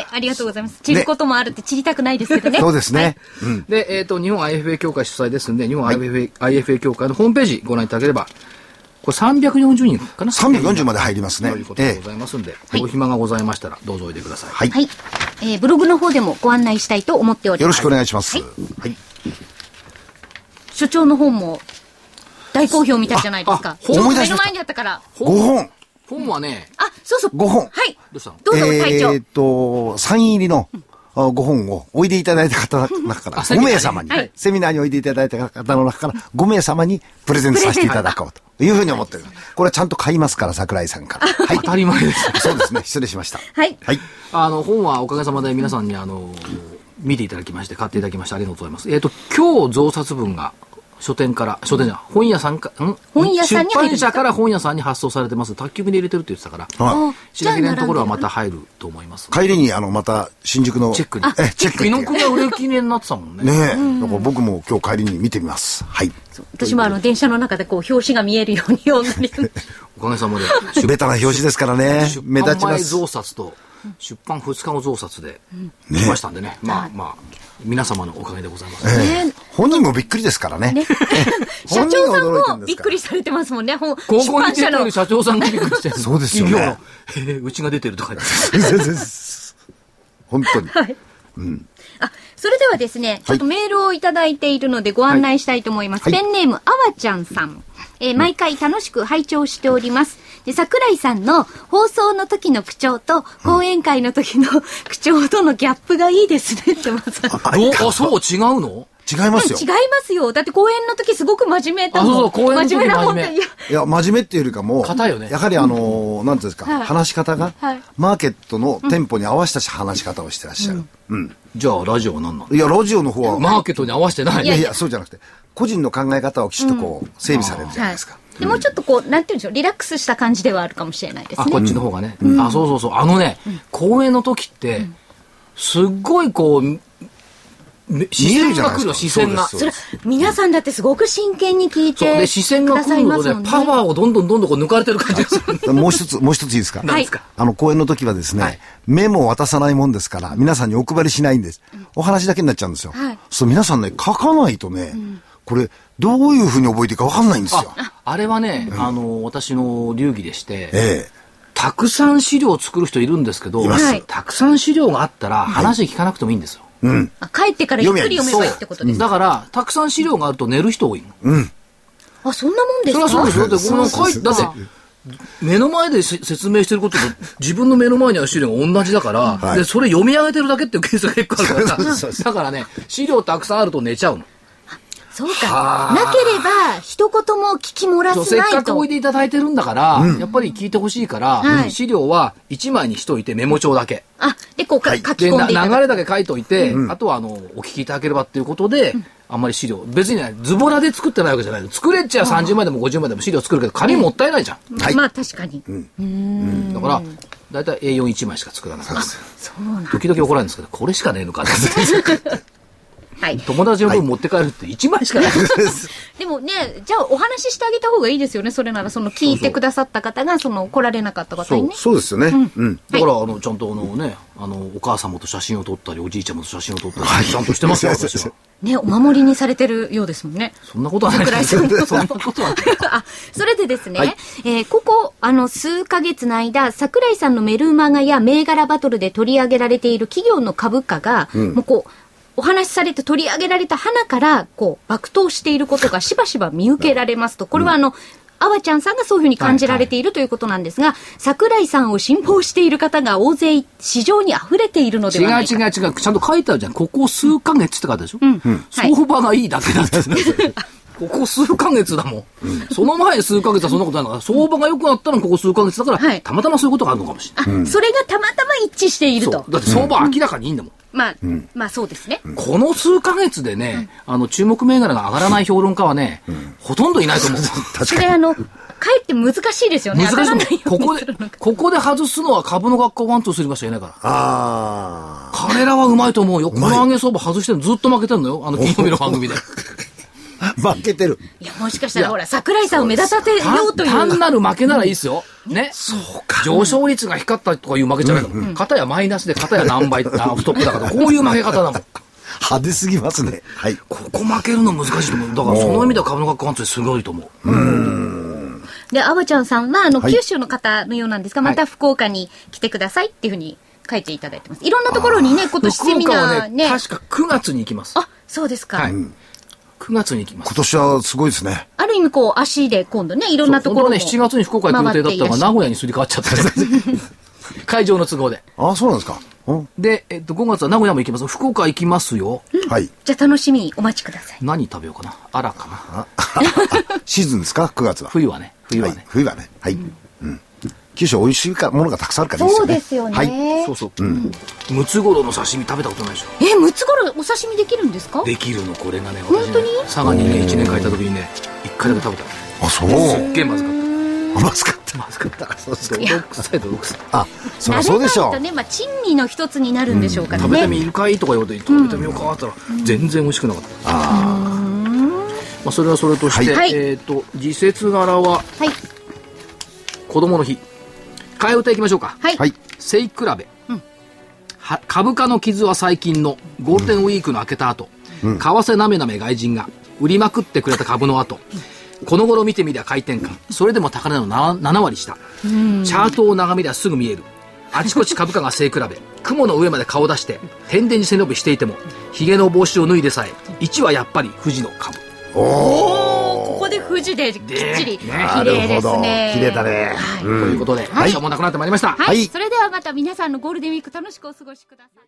S2: ありがとうございます。散ることもあるって散りたくないですけどね。
S3: そうですね。
S4: で、日本 IFA 協会主催ですんで、日本 IFA 協会のホームページご覧いただければ、これ340人かな
S3: ?340 まで入りますね。
S4: ということでございますんで、お暇がございましたら、どうぞおいでください。
S2: はい。ブログの方でもご案内したいと思っております。
S3: よろしくお願いします。
S2: 所長の本も、大好評みたいじゃないですか。
S3: 思い出しました。
S2: 目の前にあったから。
S3: 5本。
S4: 本はね。
S2: そうそう。
S3: 5本。
S2: はい。
S4: どうしたの？
S2: どうぞ、隊長。
S3: サイン入りの5本をおいでいただいた方の中から5名様に、セミナーにおいでいただいた方の中から5名様にプレゼントさせていただこうというふうに思ってる。これはちゃんと買いますから、桜井さんから。
S4: 当たり前です。
S3: そうですね。失礼しました。
S2: はい。
S4: 本はおかげさまで皆さんに見ていただきまして、買っていただきましてありがとうございます。今日増刷分が、本屋さんに出版社から本屋さんに発送されてます。宅急便で入れてるって言ってたから、品切れのところはまた入ると思います。
S3: 帰りにまた新宿の
S4: チェックに。
S3: チェックに。
S4: 昨日が売れ切れになってたもんね。
S3: ねえ。だから僕も今日帰りに見てみます。はい。
S2: 私も電車の中でこう表紙が見えるように読んだり。
S4: おかげさまで。
S3: ベタな表紙ですからね。目立ちます。
S4: 出版前増刷と出版2日の増刷で来ましたんでね。まあ皆様のおかげでございます。
S3: 本人もびっくりですからね。
S2: 社長さんもびっくりされてますもんね。
S4: 高校に出てる社長さんがびっくりしてる。
S3: そうですよね。
S4: うちが出てるとか言って。
S3: 本当に。
S2: それではですね、ちょっとメールをいただいているのでご案内したいと思います。ペンネーム、あわちゃんさん。毎回楽しく拝聴しております。で、桜井さんの放送の時の口調と、講演会の時の口調とのギャップがいいですねってまさ
S4: そう違うの？
S3: 違いますよ。
S2: 違いますよ。だって講演の時すごく真面目だもん。
S4: 講演の時真面目なもんで。
S3: いや、真面目っていうよりかも、
S4: 硬いよね。
S3: やはりなんていうんですか、話し方が、マーケットの店舗に合わせた話し方をしてらっしゃる。
S4: じゃあ、ラジオは何なの？
S3: いや、ラジオの方は。
S4: マーケットに合わせてない。
S3: いや、そうじゃなくて、個人の考え方をきちっと整備されるじゃないですか。
S2: でもちょっとなんていうんでしょう、リラックスした感じではあるかもしれないですね。
S4: こっちの方がね。そう。講演の時って、すっごい視線が来るの、視線が。
S1: それ、皆さんだってすごく真剣に聞いてくださいますもんね。
S4: で、視線が来るので、パワーをどんどんこう抜かれてる感じですよね。
S3: もう一ついいですか？
S4: 何ですか？
S3: 講演の時はですね、メモを渡さないもんですから、皆さんにお配りしないんです。お話だけになっちゃうんですよ。そう、皆さんね、書かないとね、これ、どういうふうに覚えていいか分かんないんですよ。
S4: あれはね、私の流儀でして、たくさん資料を作る人いるんですけど、たくさん資料があったら話聞かなくてもいいんですよ。
S1: 帰ってからゆっくり読めばいいってことですか？
S4: だから、たくさん資料があると寝る人多いの。
S1: あ、そんなもんですか？
S4: それはそうですよ。だって、目の前で説明してることと自分の目の前にある資料が同じだから、で、それ読み上げてるだけっていうケースが結構あるから、だからね、資料たくさんあると寝ちゃうの。
S1: そうか。なければ、一言も聞き漏らせないと。
S4: せっかく置いていただいてるんだから、やっぱり聞いてほしいから、資料は1枚にしといてメモ帳だけ。
S1: で、こう書き込んでいただく。
S4: 流れだけ書いといて、あとはお聞きいただければっていうことで、あんまり資料、別にね、ズボラで作ってないわけじゃないの。作れっちゃ30枚でも50枚でも資料作るけど、紙もったいないじゃん。
S1: まあ確かに。
S4: だから、だいたい A41 枚しか作らなかったです。時々怒られるんですけど、これしかねえのかって。友達の分持って帰るって1枚しかない
S1: でもね、じゃあお話ししてあげた方がいいですよね。それなら、聞いてくださった方が、来られなかった方にね。
S3: そうですよね。
S4: だから、ちゃんとお母様と写真を撮ったり、おじいちゃまと写真を撮ったり、ちゃんとしてますよ、私は。
S1: ね、お守りにされてるようですもんね。
S4: そんなことはない。そんなことはない。
S1: それでですね、ここ、数ヶ月の間、櫻井さんのメルマガや銘柄バトルで取り上げられている企業の株価が、もうお話しされて取り上げられた花から爆投していることがしばしば見受けられますと、これはあわちゃんさんがそういうふうに感じられているということなんですが、櫻井さんを信奉している方が大勢市場に溢れているのではないか。
S4: 違う。ちゃんと書いてあるじゃん。ここ数ヶ月って書いてあるでしょ。相場がいいだけだって。ここ数ヶ月だもん。その前数ヶ月はそんなことないのから、相場が良くなったのはここ数ヶ月だから、たまたまそういうことがあるのかもしれない。
S1: それがたまたま一致していると。
S4: だって相場は明らかにいいんだもん。
S1: まあそうですね。
S4: この数ヶ月でね、注目銘柄が上がらない評論家はね、ほとんどいないと思う。
S1: それかえって難しいですよね。
S4: 難しい。ここで外すのは株の学校1、2、3がしかいないから。彼らはうまいと思うよ。この上げ相場外してるのずっと負けてるのよ。金曜日の番組で。
S3: 負けてる。
S1: いや、もしかしたらほら、櫻井さんを目立たせようという。
S4: 単なる負けならいいですよ。ね。そうか。上昇率が光ったとかいう負けじゃないの。片やマイナスで片や何倍、ストップだから、こういう負け方だもん。
S3: 派手すぎますね。はい。
S4: ここ負けるの難しいと思う。だからその意味では株の学校1、2すごいと思う。
S1: で、あわちゃんさんは、九州の方のようなんですが、また福岡に来てくださいっていうふうに書いていただいてます。いろんなところにね、今年セミナーね。
S4: 確か9月に行きます。
S1: あ、そうですか。
S4: 9月に行きます。
S3: 今年はすごいですね。
S1: ある意味足で今度ね、いろんなところに。
S4: 7月に福岡行く予定だったのが名古屋にすり替わっちゃった。会場の都合で。
S3: あ、そうなんですか。
S4: で、5月は名古屋も行きます。福岡行きますよ。
S3: はい。
S1: じゃあ楽しみにお待ちください。
S4: 何食べようかな。あらかな。
S3: シーズンですか ?9 月は。
S4: 冬はね。
S3: 冬はね。はい。九州美味しいものがたくさんあるからいいですよね。
S1: そうですよね。はい。
S4: そう。ムツゴロウの刺身食べたことないでしょ。
S1: ムツゴロウお刺身できるんですか？
S4: できるの、これがね。
S1: 本当に？
S4: 佐賀にね、1年帰った時にね、1回だけ食べた。
S3: あ、そう。
S4: すっげえまずかった。
S3: まずかった。そうですか。
S4: 泥臭い。
S3: あ、そりゃそうでしょう。
S1: 慣れないとね、珍味の一つになるんでしょうからね。
S4: 食べてみるかいとか言われて、食べてみようかって言ったら、全然美味しくなかった。まあ、それはそれとして、時節柄は、子供の日。替え歌いきましょうか。
S3: はい。
S4: 背比べ。株価の傷は最近のゴールデンウィークの明けた後、為替なめなめ外人が売りまくってくれた株の後、この頃見てみりゃ回転感、それでも高値の7割した。チャートを眺めりゃすぐ見える。あちこち株価が背比べ、雲の上まで顔出して、天然に背伸びしていても、髭の帽子を脱いでさえ、1はやっぱり富士の株。
S1: ここで富士できっちり、綺麗ですね。
S3: 綺麗だね。
S4: ということで、時間もなくなってまいりました。
S1: はい。それではまた皆さんのゴールデンウィーク楽しくお過ごしください。